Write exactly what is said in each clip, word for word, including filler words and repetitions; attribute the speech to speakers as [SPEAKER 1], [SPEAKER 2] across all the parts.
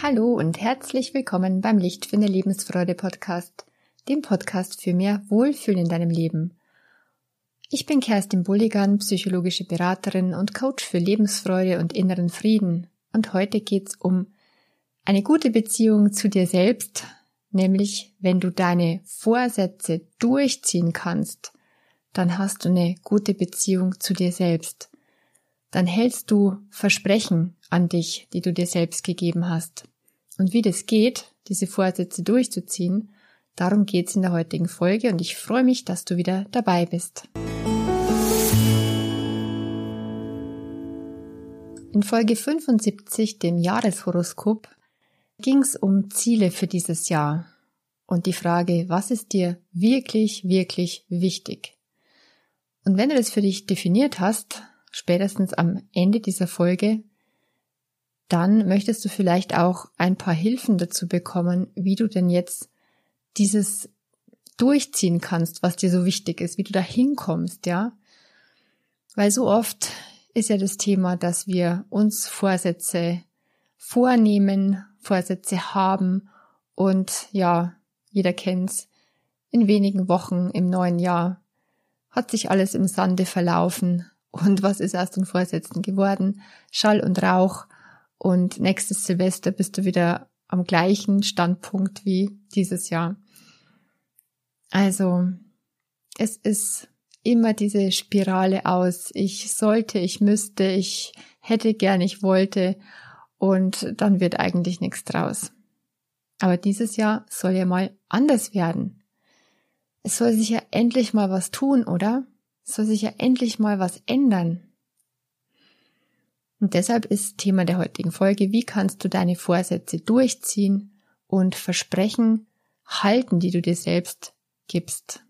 [SPEAKER 1] Hallo und herzlich willkommen beim Licht für eine Lebensfreude Podcast, dem Podcast für mehr Wohlfühlen in deinem Leben. Ich bin Kerstin Bulligan, psychologische Beraterin und Coach für Lebensfreude und inneren Frieden. Und heute geht's um eine gute Beziehung zu dir selbst, nämlich wenn du deine Vorsätze durchziehen kannst, dann hast du eine gute Beziehung zu dir selbst. Dann hältst du Versprechen an dich, die du dir selbst gegeben hast. Und wie das geht, diese Vorsätze durchzuziehen, darum geht's in der heutigen Folge und ich freue mich, dass du wieder dabei bist. In Folge fünfundsiebzig, dem Jahreshoroskop, ging's um Ziele für dieses Jahr und die Frage, was ist dir wirklich, wirklich wichtig? Und wenn du das für dich definiert hast, spätestens am Ende dieser Folge, dann möchtest du vielleicht auch ein paar Hilfen dazu bekommen, wie du denn jetzt dieses durchziehen kannst, was dir so wichtig ist, wie du da hinkommst, ja? Weil so oft ist ja das Thema, dass wir uns Vorsätze vornehmen, Vorsätze haben und ja, jeder kennt's, in wenigen Wochen im neuen Jahr hat sich alles im Sande verlaufen. Und was ist aus den Vorsätzen geworden? Schall und Rauch. Und nächstes Silvester bist du wieder am gleichen Standpunkt wie dieses Jahr. Also, es ist immer diese Spirale aus. Ich sollte, ich müsste, ich hätte gern, ich wollte. Und dann wird eigentlich nichts draus. Aber dieses Jahr soll ja mal anders werden. Es soll sich ja endlich mal was tun, oder? Es soll sich ja endlich mal was ändern. Und deshalb ist Thema der heutigen Folge, wie kannst du deine Vorsätze durchziehen und Versprechen halten, die du dir selbst gibst.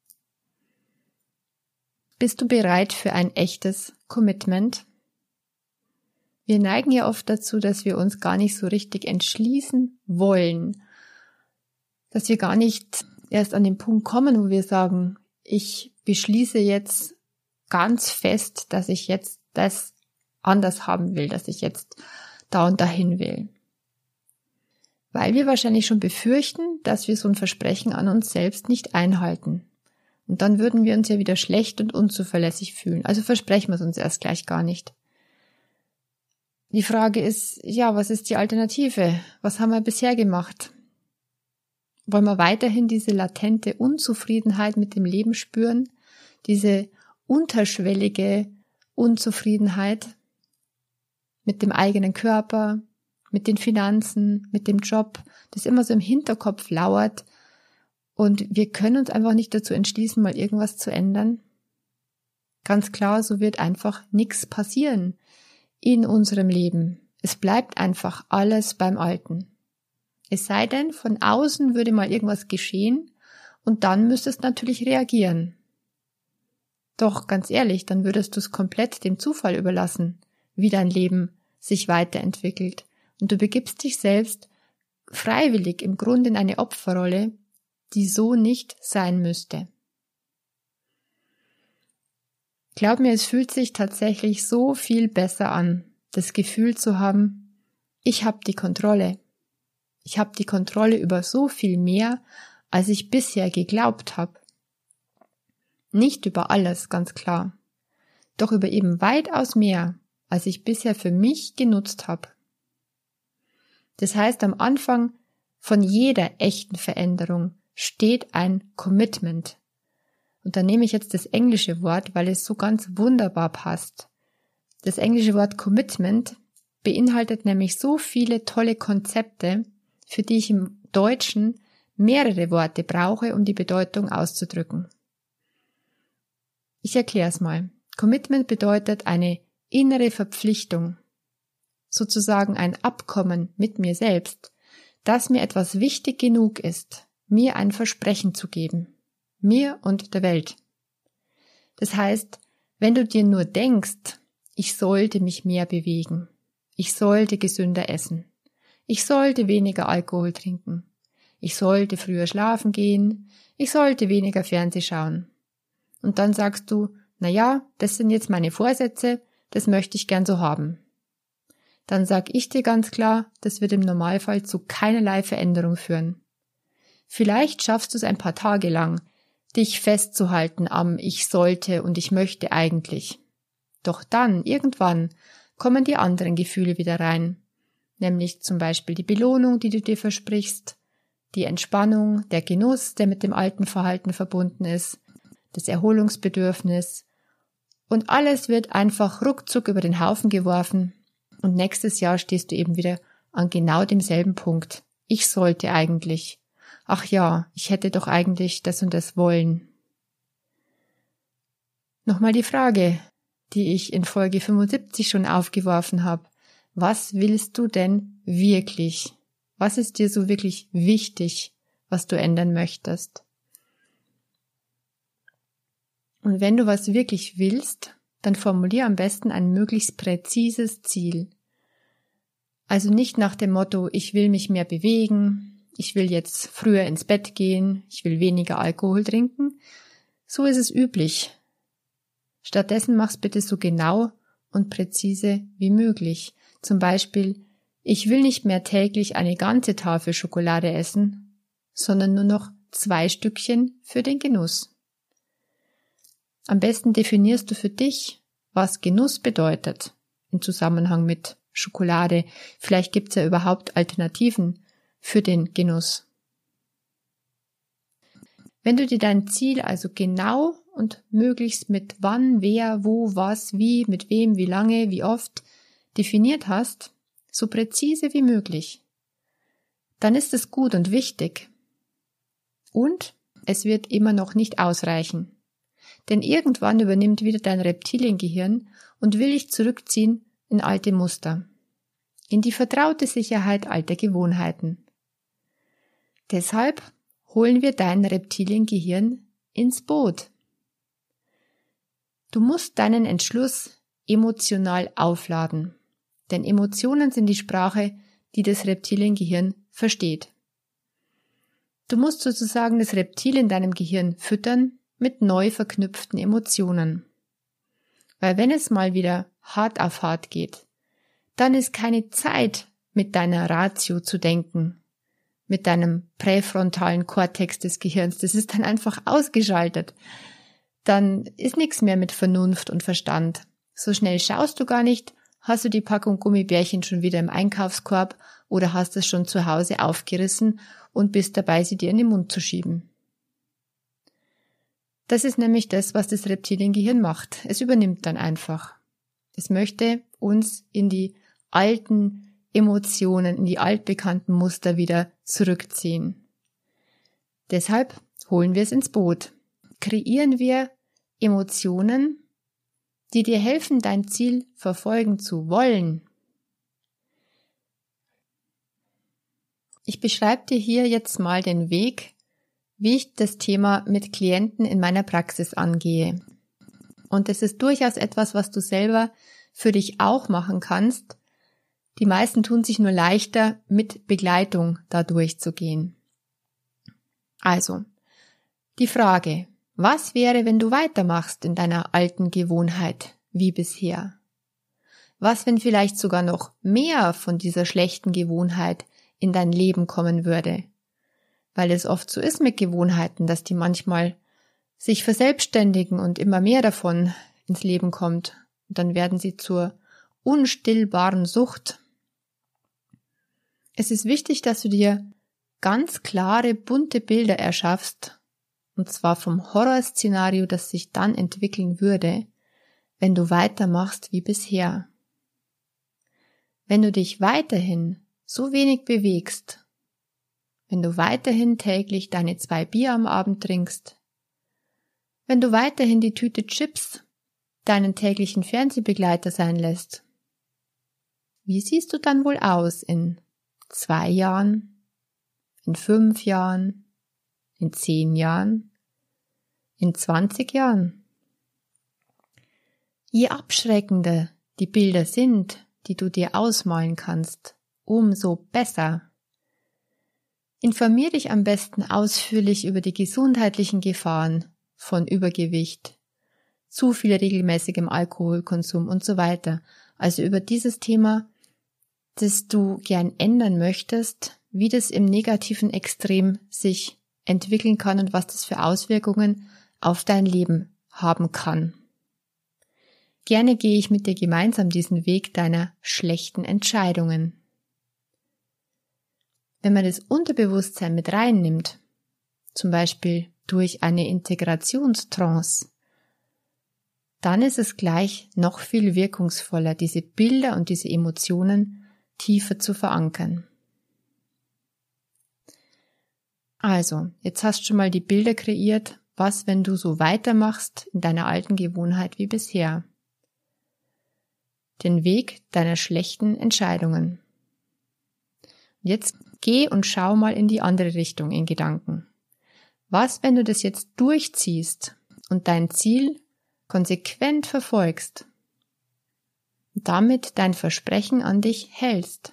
[SPEAKER 1] Bist du bereit für ein echtes Commitment? Wir neigen ja oft dazu, dass wir uns gar nicht so richtig entschließen wollen, dass wir gar nicht erst an den Punkt kommen, wo wir sagen, ich beschließe jetzt ganz fest, dass ich jetzt das anders haben will, dass ich jetzt da und dahin will. Weil wir wahrscheinlich schon befürchten, dass wir so ein Versprechen an uns selbst nicht einhalten. Und dann würden wir uns ja wieder schlecht und unzuverlässig fühlen. Also versprechen wir es uns erst gleich gar nicht. Die Frage ist, ja, was ist die Alternative? Was haben wir bisher gemacht? Wollen wir weiterhin diese latente Unzufriedenheit mit dem Leben spüren? Diese unterschwellige Unzufriedenheit mit dem eigenen Körper, mit den Finanzen, mit dem Job, das immer so im Hinterkopf lauert und wir können uns einfach nicht dazu entschließen, mal irgendwas zu ändern? Ganz klar, so wird einfach nichts passieren in unserem Leben. Es bleibt einfach alles beim Alten. Es sei denn, von außen würde mal irgendwas geschehen und dann müsstest du natürlich reagieren. Doch ganz ehrlich, dann würdest du es komplett dem Zufall überlassen, wie dein Leben sich weiterentwickelt. Und du begibst dich selbst freiwillig im Grunde in eine Opferrolle, die so nicht sein müsste. Glaub mir, es fühlt sich tatsächlich so viel besser an, das Gefühl zu haben, ich habe die Kontrolle. Ich habe die Kontrolle über so viel mehr, als ich bisher geglaubt habe. Nicht über alles, ganz klar. Doch über eben weitaus mehr, als ich bisher für mich genutzt habe. Das heißt, am Anfang von jeder echten Veränderung steht ein Commitment. Und da nehme ich jetzt das englische Wort, weil es so ganz wunderbar passt. Das englische Wort Commitment beinhaltet nämlich so viele tolle Konzepte, für die ich im Deutschen mehrere Worte brauche, um die Bedeutung auszudrücken. Ich erkläre es mal. Commitment bedeutet eine innere Verpflichtung, sozusagen ein Abkommen mit mir selbst, dass mir etwas wichtig genug ist, mir ein Versprechen zu geben, mir und der Welt. Das heißt, wenn du dir nur denkst, ich sollte mich mehr bewegen, ich sollte gesünder essen, ich sollte weniger Alkohol trinken, ich sollte früher schlafen gehen, ich sollte weniger Fernseh schauen. Und dann sagst du, na ja, das sind jetzt meine Vorsätze, das möchte ich gern so haben. dann sag ich dir ganz klar, das wird im Normalfall zu keinerlei Veränderung führen. Vielleicht schaffst du es ein paar Tage lang, dich festzuhalten am Ich sollte und ich möchte eigentlich. Doch dann, irgendwann, kommen die anderen Gefühle wieder rein, nämlich zum Beispiel die Belohnung, die du dir versprichst, die Entspannung, der Genuss, der mit dem alten Verhalten verbunden ist, das Erholungsbedürfnis und alles wird einfach ruckzuck über den Haufen geworfen und nächstes Jahr stehst du eben wieder an genau demselben Punkt. Ich sollte eigentlich. Ach ja, ich hätte doch eigentlich das und das wollen. Nochmal die Frage, die ich in Folge fünfundsiebzig schon aufgeworfen habe. Was willst du denn wirklich? Was ist dir so wirklich wichtig, was du ändern möchtest? Und wenn du was wirklich willst, dann formulier am besten ein möglichst präzises Ziel. Also nicht nach dem Motto, ich will mich mehr bewegen, ich will jetzt früher ins Bett gehen, ich will weniger Alkohol trinken. So ist es üblich. Stattdessen mach's bitte so genau und präzise wie möglich. Zum Beispiel, ich will nicht mehr täglich eine ganze Tafel Schokolade essen, sondern nur noch zwei Stückchen für den Genuss. Am besten definierst du für dich, was Genuss bedeutet im Zusammenhang mit Schokolade. Vielleicht gibt's ja überhaupt Alternativen für den Genuss. Wenn du dir dein Ziel also genau und möglichst mit wann, wer, wo, was, wie, mit wem, wie lange, wie oft definiert hast, so präzise wie möglich, dann ist es gut und wichtig. Und es wird immer noch nicht ausreichen. Denn irgendwann übernimmt wieder dein Reptiliengehirn und will dich zurückziehen in alte Muster, in die vertraute Sicherheit alter Gewohnheiten. Deshalb holen wir dein Reptiliengehirn ins Boot. Du musst deinen Entschluss emotional aufladen, denn Emotionen sind die Sprache, die das Reptiliengehirn versteht. Du musst sozusagen das Reptil in deinem Gehirn füttern mit neu verknüpften Emotionen. Weil wenn es mal wieder hart auf hart geht, dann ist keine Zeit, mit deiner Ratio zu denken, mit deinem präfrontalen Kortex des Gehirns. Das ist dann einfach ausgeschaltet. Dann ist nichts mehr mit Vernunft und Verstand. So schnell schaust du gar nicht, hast du die Packung Gummibärchen schon wieder im Einkaufskorb oder hast es schon zu Hause aufgerissen und bist dabei, sie dir in den Mund zu schieben. Das ist nämlich das, was das Reptiliengehirn macht. Es übernimmt dann einfach. Es möchte uns in die alten Emotionen, in die altbekannten Muster wieder zurückziehen. Deshalb holen wir es ins Boot. Kreieren wir Emotionen, die dir helfen, dein Ziel verfolgen zu wollen. Ich beschreibe dir hier jetzt mal den Weg, wie ich das Thema mit Klienten in meiner Praxis angehe. Und es ist durchaus etwas, was du selber für dich auch machen kannst. Die meisten tun sich nur leichter, mit Begleitung da durchzugehen. Also, die Frage, was wäre, wenn du weitermachst in deiner alten Gewohnheit wie bisher? Was, wenn vielleicht sogar noch mehr von dieser schlechten Gewohnheit in dein Leben kommen würde? Weil es oft so ist mit Gewohnheiten, dass die manchmal sich verselbstständigen und immer mehr davon ins Leben kommt. Und dann werden sie zur unstillbaren Sucht. Es ist wichtig, dass du dir ganz klare, bunte Bilder erschaffst, und zwar vom Horrorszenario, das sich dann entwickeln würde, wenn du weitermachst wie bisher. Wenn du dich weiterhin so wenig bewegst, wenn du weiterhin täglich deine zwei Bier am Abend trinkst, wenn du weiterhin die Tüte Chips deinen täglichen Fernsehbegleiter sein lässt, wie siehst du dann wohl aus in zwei Jahren, in fünf Jahren, in zehn Jahren, in zwanzig Jahren? Je abschreckender die Bilder sind, die du dir ausmalen kannst, umso besser. Informier dich am besten ausführlich über die gesundheitlichen Gefahren von Übergewicht, zu viel regelmäßigem Alkoholkonsum und so weiter. Also über dieses Thema das du gern ändern möchtest, wie das im negativen Extrem sich entwickeln kann und was das für Auswirkungen auf dein Leben haben kann. Gerne gehe ich mit dir gemeinsam diesen Weg deiner schlechten Entscheidungen. Wenn man das Unterbewusstsein mit reinnimmt, zum Beispiel durch eine Integrationstrance, dann ist es gleich noch viel wirkungsvoller, diese Bilder und diese Emotionen tiefer zu verankern. Also, jetzt hast du schon mal die Bilder kreiert, was, wenn du so weitermachst in deiner alten Gewohnheit wie bisher. Den Weg deiner schlechten Entscheidungen. Und jetzt geh und schau mal in die andere Richtung in Gedanken. Was, wenn du das jetzt durchziehst und dein Ziel konsequent verfolgst und damit dein Versprechen an dich hältst?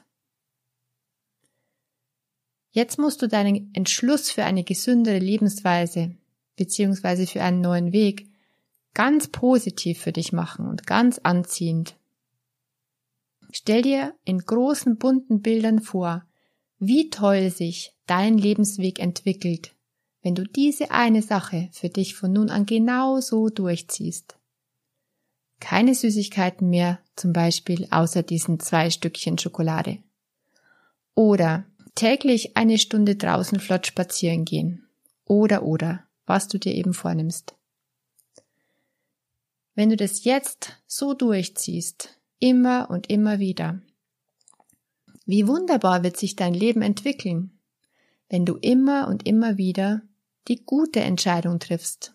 [SPEAKER 1] Jetzt musst du deinen Entschluss für eine gesündere Lebensweise bzw. für einen neuen Weg ganz positiv für dich machen und ganz anziehend. Stell dir in großen bunten Bildern vor, wie toll sich dein Lebensweg entwickelt, wenn du diese eine Sache für dich von nun an genau so durchziehst. Keine Süßigkeiten mehr, zum Beispiel außer diesen zwei Stückchen Schokolade. Oder täglich eine Stunde draußen flott spazieren gehen. Oder, oder, was du dir eben vornimmst. Wenn du das jetzt so durchziehst, immer und immer wieder, wie wunderbar wird sich dein Leben entwickeln, wenn du immer und immer wieder die gute Entscheidung triffst.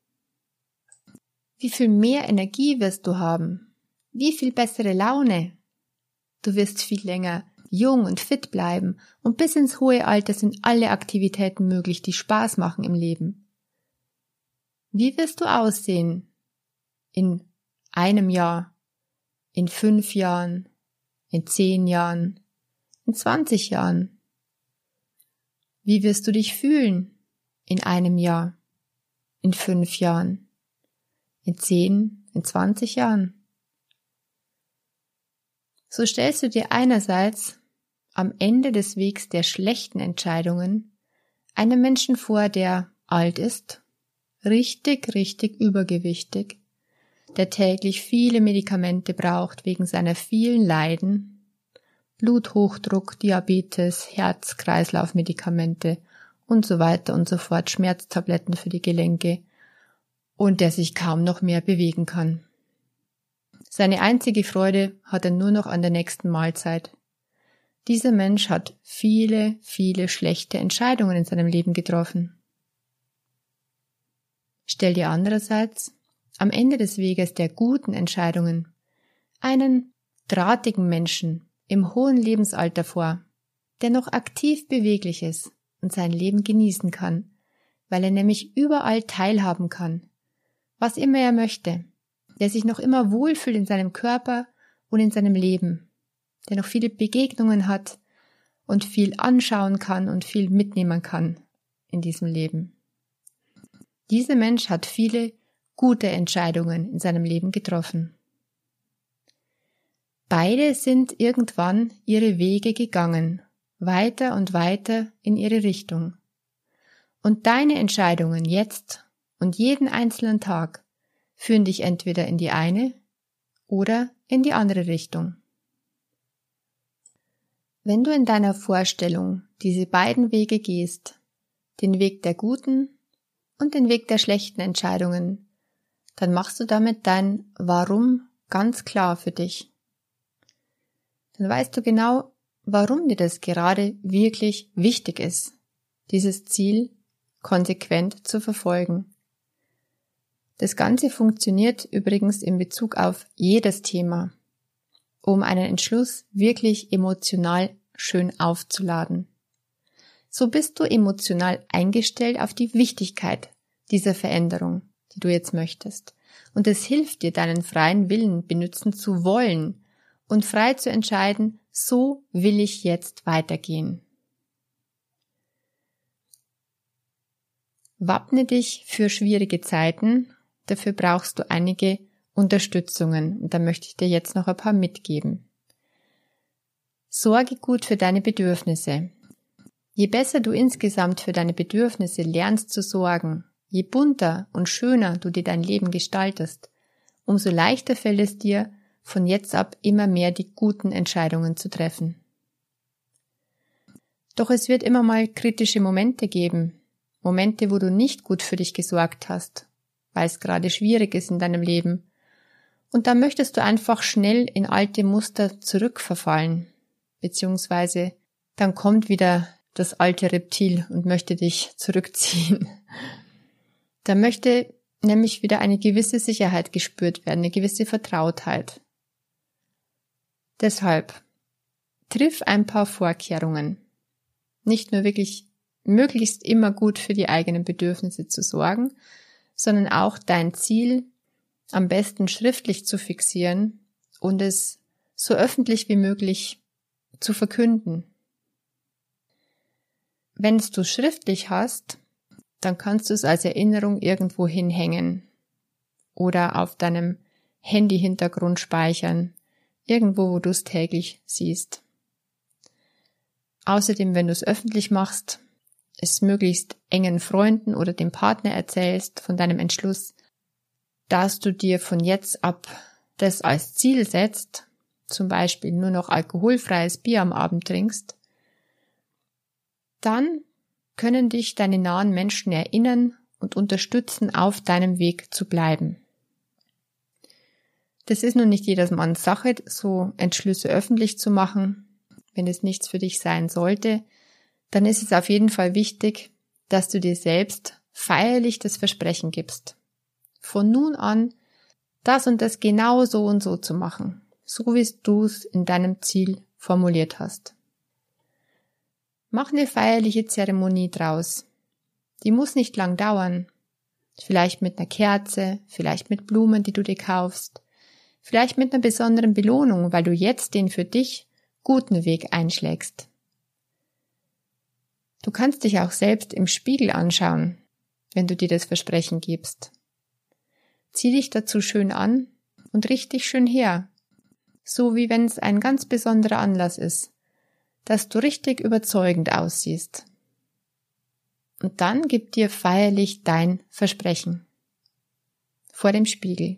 [SPEAKER 1] Wie viel mehr Energie wirst du haben? Wie viel bessere Laune? Du wirst viel länger jung und fit bleiben und bis ins hohe Alter sind alle Aktivitäten möglich, die Spaß machen im Leben. Wie wirst du aussehen in einem Jahr, in fünf Jahren, in zehn Jahren, in zwanzig Jahren? Wie wirst du dich fühlen in einem Jahr, in fünf Jahren, in zehn, in zwanzig Jahren? So stellst du dir einerseits am Ende des Wegs der schlechten Entscheidungen einen Menschen vor, der alt ist, richtig, richtig übergewichtig, der täglich viele Medikamente braucht wegen seiner vielen Leiden, Bluthochdruck, Diabetes, Herz-Kreislauf-Medikamente und so weiter und so fort, Schmerztabletten für die Gelenke und der sich kaum noch mehr bewegen kann. Seine einzige Freude hat er nur noch an der nächsten Mahlzeit. Dieser Mensch hat viele, viele schlechte Entscheidungen in seinem Leben getroffen. Stell dir andererseits am Ende des Weges der guten Entscheidungen einen drahtigen Menschen im hohen Lebensalter vor, der noch aktiv beweglich ist und sein Leben genießen kann, weil er nämlich überall teilhaben kann, was immer er möchte, der sich noch immer wohlfühlt in seinem Körper und in seinem Leben, der noch viele Begegnungen hat und viel anschauen kann und viel mitnehmen kann in diesem Leben. Dieser Mensch hat viele gute Entscheidungen in seinem Leben getroffen. Beide sind irgendwann ihre Wege gegangen, weiter und weiter in ihre Richtung. Und deine Entscheidungen jetzt und jeden einzelnen Tag führen dich entweder in die eine oder in die andere Richtung. Wenn du in deiner Vorstellung diese beiden Wege gehst, den Weg der guten und den Weg der schlechten Entscheidungen, dann machst du damit dein Warum ganz klar für dich. Dann weißt du genau, warum dir das gerade wirklich wichtig ist, dieses Ziel konsequent zu verfolgen. Das Ganze funktioniert übrigens in Bezug auf jedes Thema, um einen Entschluss wirklich emotional schön aufzuladen. So bist du emotional eingestellt auf die Wichtigkeit dieser Veränderung, die du jetzt möchtest. Und es hilft dir, deinen freien Willen benutzen zu wollen und frei zu entscheiden, so will ich jetzt weitergehen. Wappne dich für schwierige Zeiten, dafür brauchst du einige Unterstützungen und da möchte ich dir jetzt noch ein paar mitgeben. Sorge gut für deine Bedürfnisse. Je besser du insgesamt für deine Bedürfnisse lernst zu sorgen, je bunter und schöner du dir dein Leben gestaltest, umso leichter fällt es dir, von jetzt ab immer mehr die guten Entscheidungen zu treffen. Doch es wird immer mal kritische Momente geben, Momente, wo du nicht gut für dich gesorgt hast, weil es gerade schwierig ist in deinem Leben. Und da möchtest du einfach schnell in alte Muster zurückverfallen, beziehungsweise dann kommt wieder das alte Reptil und möchte dich zurückziehen. Da möchte nämlich wieder eine gewisse Sicherheit gespürt werden, eine gewisse Vertrautheit. Deshalb, triff ein paar Vorkehrungen. Nicht nur wirklich möglichst immer gut für die eigenen Bedürfnisse zu sorgen, sondern auch dein Ziel am besten schriftlich zu fixieren und es so öffentlich wie möglich zu verkünden. Wenn du es schriftlich hast, dann kannst du es als Erinnerung irgendwo hinhängen oder auf deinem Handy-Hintergrund speichern, irgendwo, wo du es täglich siehst. Außerdem, wenn du es öffentlich machst, es möglichst engen Freunden oder dem Partner erzählst von deinem Entschluss, dass du dir von jetzt ab das als Ziel setzt, zum Beispiel nur noch alkoholfreies Bier am Abend trinkst, dann können dich deine nahen Menschen erinnern und unterstützen, auf deinem Weg zu bleiben. Das ist nun nicht jedermanns Sache, so Entschlüsse öffentlich zu machen. Wenn es nichts für dich sein sollte, dann ist es auf jeden Fall wichtig, dass du dir selbst feierlich das Versprechen gibst, von nun an das und das genau so und so zu machen, so wie du es in deinem Ziel formuliert hast. Mach eine feierliche Zeremonie draus. Die muss nicht lang dauern. Vielleicht mit einer Kerze, vielleicht mit Blumen, die du dir kaufst, vielleicht mit einer besonderen Belohnung, weil du jetzt den für dich guten Weg einschlägst. Du kannst dich auch selbst im Spiegel anschauen, wenn du dir das Versprechen gibst. Zieh dich dazu schön an und richte dich schön her, so wie wenn es ein ganz besonderer Anlass ist, dass du richtig überzeugend aussiehst. Und dann gib dir feierlich dein Versprechen vor dem Spiegel.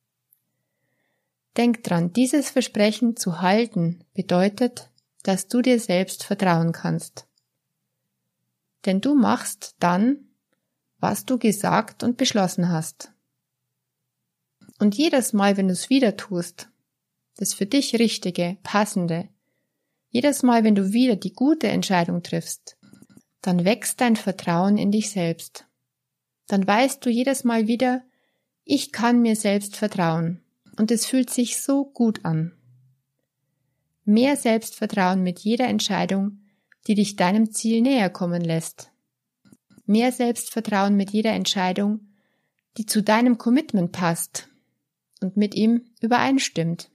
[SPEAKER 1] Denk dran, dieses Versprechen zu halten bedeutet, dass du dir selbst vertrauen kannst. Denn du machst dann, was du gesagt und beschlossen hast. Und jedes Mal, wenn du es wieder tust, das für dich Richtige, Passende, jedes Mal, wenn du wieder die gute Entscheidung triffst, dann wächst dein Vertrauen in dich selbst. Dann weißt du jedes Mal wieder, ich kann mir selbst vertrauen. Und es fühlt sich so gut an. Mehr Selbstvertrauen mit jeder Entscheidung, die dich deinem Ziel näher kommen lässt. Mehr Selbstvertrauen mit jeder Entscheidung, die zu deinem Commitment passt und mit ihm übereinstimmt.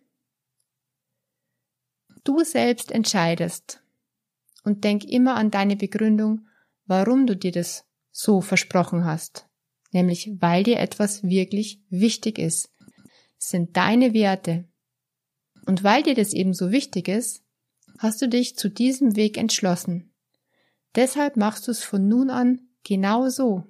[SPEAKER 1] Du selbst entscheidest und denk immer an deine Begründung, warum du dir das so versprochen hast, nämlich weil dir etwas wirklich wichtig ist. Es sind deine Werte. Und weil dir das eben so wichtig ist, hast du dich zu diesem Weg entschlossen. Deshalb machst du es von nun an genau so.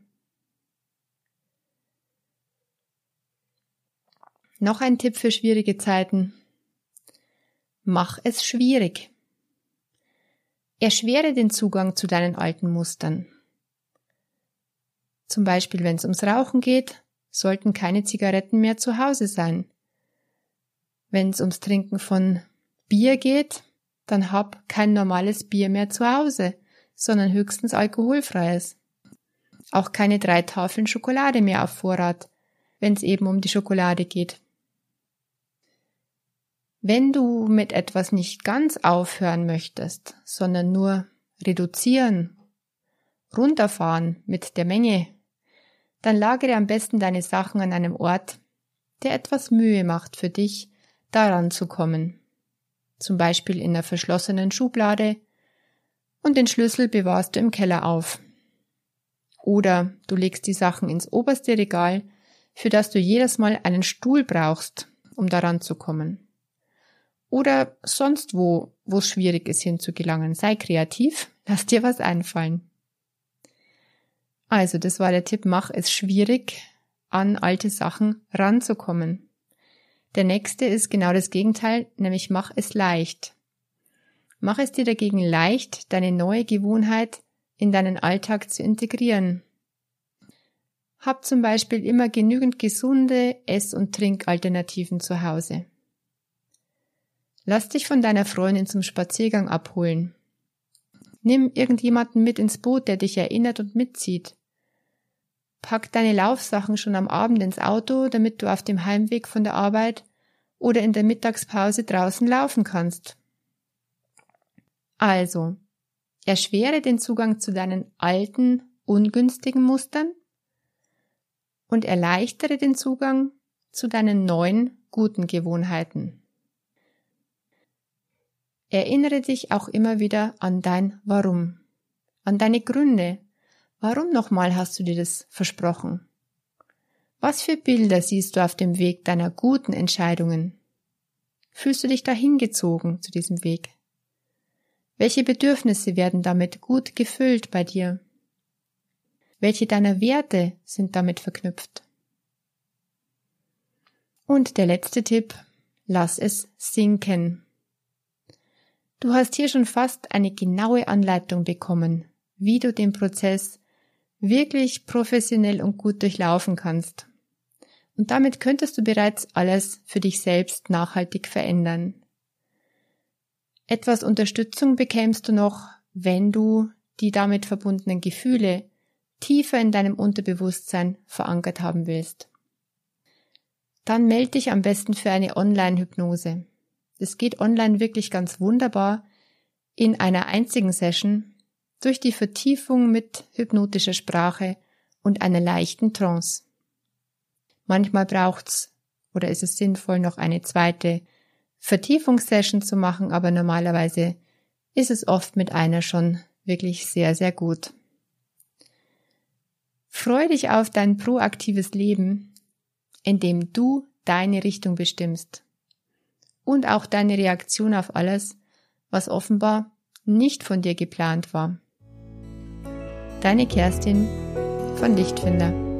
[SPEAKER 1] Noch ein Tipp für schwierige Zeiten. Mach es schwierig. Erschwere den Zugang zu deinen alten Mustern. Zum Beispiel, wenn es ums Rauchen geht, sollten keine Zigaretten mehr zu Hause sein. Wenn es ums Trinken von Bier geht, dann hab kein normales Bier mehr zu Hause, sondern höchstens alkoholfreies. Auch keine drei Tafeln Schokolade mehr auf Vorrat, wenn es eben um die Schokolade geht. Wenn du mit etwas nicht ganz aufhören möchtest, sondern nur reduzieren, runterfahren mit der Menge, dann lagere am besten deine Sachen an einem Ort, der etwas Mühe macht für dich, daran zu kommen. Zum Beispiel in einer verschlossenen Schublade und den Schlüssel bewahrst du im Keller auf. Oder du legst die Sachen ins oberste Regal, für das du jedes Mal einen Stuhl brauchst, um daran zu kommen. oder sonst wo, wo es schwierig ist hinzugelangen. Sei kreativ, lass dir was einfallen. Also, das war der Tipp, mach es schwierig, an alte Sachen ranzukommen. Der nächste ist genau das Gegenteil, nämlich mach es leicht. Mach es dir dagegen leicht, deine neue Gewohnheit in deinen Alltag zu integrieren. Hab zum Beispiel immer genügend gesunde Ess- und Trinkalternativen zu Hause. Lass dich von deiner Freundin zum Spaziergang abholen. Nimm irgendjemanden mit ins Boot, der dich erinnert und mitzieht. Pack deine Laufsachen schon am Abend ins Auto, damit du auf dem Heimweg von der Arbeit oder in der Mittagspause draußen laufen kannst. Also, erschwere den Zugang zu deinen alten, ungünstigen Mustern und erleichtere den Zugang zu deinen neuen, guten Gewohnheiten. Erinnere dich auch immer wieder an dein Warum, an deine Gründe. Warum nochmal hast du dir das versprochen? Was für Bilder siehst du auf dem Weg deiner guten Entscheidungen? Fühlst du dich dahin gezogen zu diesem Weg? Welche Bedürfnisse werden damit gut gefüllt bei dir? Welche deiner Werte sind damit verknüpft? Und der letzte Tipp, lass es sinken. Du hast hier schon fast eine genaue Anleitung bekommen, wie du den Prozess wirklich professionell und gut durchlaufen kannst. Und damit könntest du bereits alles für dich selbst nachhaltig verändern. Etwas Unterstützung bekämst du noch, wenn du die damit verbundenen Gefühle tiefer in deinem Unterbewusstsein verankert haben willst. Dann melde dich am besten für eine Online-Hypnose. Es geht online wirklich ganz wunderbar in einer einzigen Session durch die Vertiefung mit hypnotischer Sprache und einer leichten Trance. Manchmal braucht's oder ist es sinnvoll, noch eine zweite Vertiefungssession zu machen, aber normalerweise ist es oft mit einer schon wirklich sehr, sehr gut. Freu dich auf dein proaktives Leben, in dem du deine Richtung bestimmst und auch deine Reaktion auf alles, was offenbar nicht von dir geplant war. Deine Kerstin von Lichtfinder.